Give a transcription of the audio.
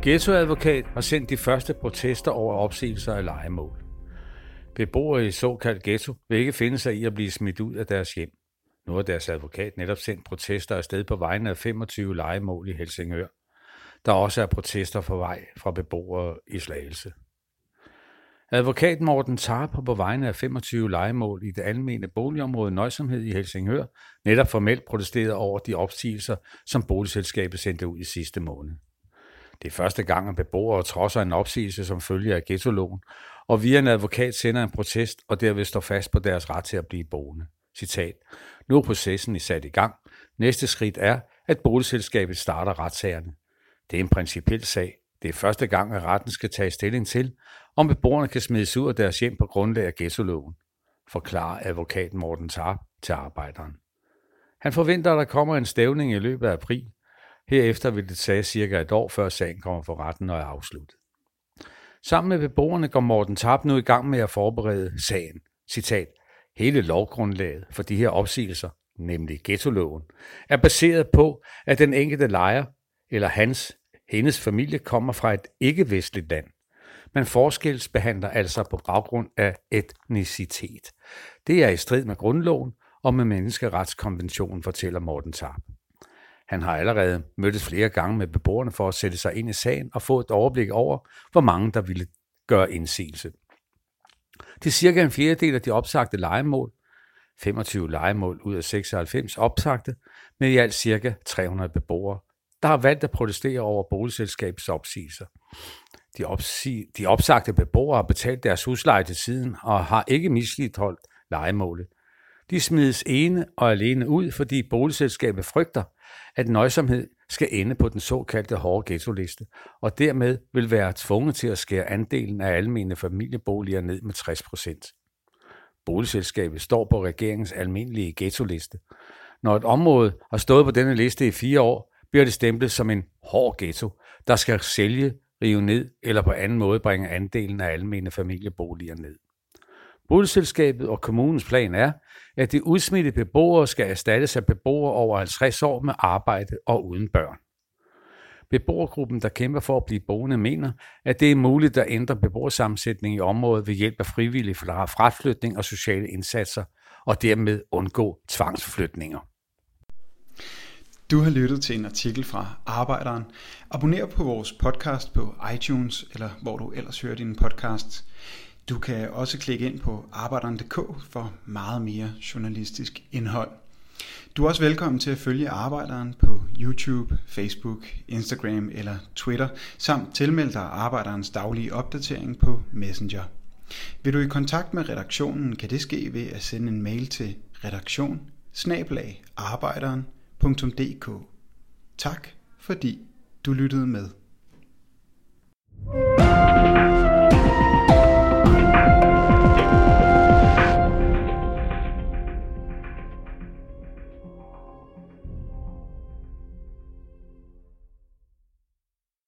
Ghettoadvokat har sendt de første protester over opsigelser af lejemål. Beboere i såkaldt ghetto vil ikke finde sig i at blive smidt ud af deres hjem. Nu har deres advokat netop sendt protester afsted på vegne af 25 lejemål i Helsingør. Der også er protester på vej fra beboere i Slagelse. Advokat Morten Tarp har på vegne af 25 lejemål i det almene boligområde Nøjsomhed i Helsingør netop formelt protesteret over de opsigelser, som boligselskabet sendte ud i sidste måned. Det er første gang, at beboere trodser en opsigelse som følge af ghettoloven, og via en advokat sender en protest og derved står fast på deres ret til at blive boende. Citat: Nu er processen sat i gang. Næste skridt er, at boligselskabet starter retssagerne. Det er en principiel sag. Det er første gang, at retten skal tage stilling til, om beboerne kan smides ud af deres hjem på grundlag af ghettoloven, forklarer advokat Morten Tarp til Arbejderen. Han forventer, at der kommer en stævning i løbet af april. Herefter vil det tage cirka et år, før sagen kommer for retten og er afsluttet. Sammen med beboerne går Morten Tarp nu i gang med at forberede sagen. Citat: Hele lovgrundlaget for de her opsigelser, nemlig ghettoloven, er baseret på, at den enkelte lejer eller hendes familie kommer fra et ikke-vestligt land. Man forskelsbehandler altså på baggrund af etnicitet. Det er i strid med grundloven og med menneskeretskonventionen, fortæller Morten Tarp. Han har allerede mødtes flere gange med beboerne for at sætte sig ind i sagen og få et overblik over, hvor mange der ville gøre indsigelse. Det er cirka en fjerdedel af de opsagte lejemål, 25 lejemål ud af 96 opsagte, med i alt cirka 300 beboere, der har valgt at protestere over boligselskabets opsigelser. De opsagte beboere har betalt deres husleje til siden og har ikke misligholdt lejemålet. De smides ene og alene ud, fordi boligselskabet frygter, at Nøjsomhed skal ende på den såkaldte hårde ghettoliste, og dermed vil være tvunget til at skære andelen af almene familieboliger ned med 60%. Boligselskabet står på regeringens almindelige ghettoliste. Når et område har stået på denne liste i 4 år, bliver det stemplet som en hård ghetto, der skal sælge, rive ned eller på anden måde bringe andelen af almene familieboliger ned. Boligselskabet og kommunens plan er, at de udsmidte beboere skal erstattes af beboere over 50 år med arbejde og uden børn. Beboergruppen, der kæmper for at blive boende, mener, at det er muligt at ændre beboersammensætningen i området ved hjælp af frivillig fraflytning og sociale indsatser, og dermed undgå tvangsflytninger. Du har lyttet til en artikel fra Arbejderen. Abonner på vores podcast på iTunes, eller hvor du ellers hører dine podcasts. Du kan også klikke ind på arbejderen.dk for meget mere journalistisk indhold. Du er også velkommen til at følge Arbejderen på YouTube, Facebook, Instagram eller Twitter, samt tilmelde dig Arbejderens daglige opdatering på Messenger. Vil du i kontakt med redaktionen, kan det ske ved at sende en mail til redaktion@arbejderen.dk. Tak fordi du lyttede med.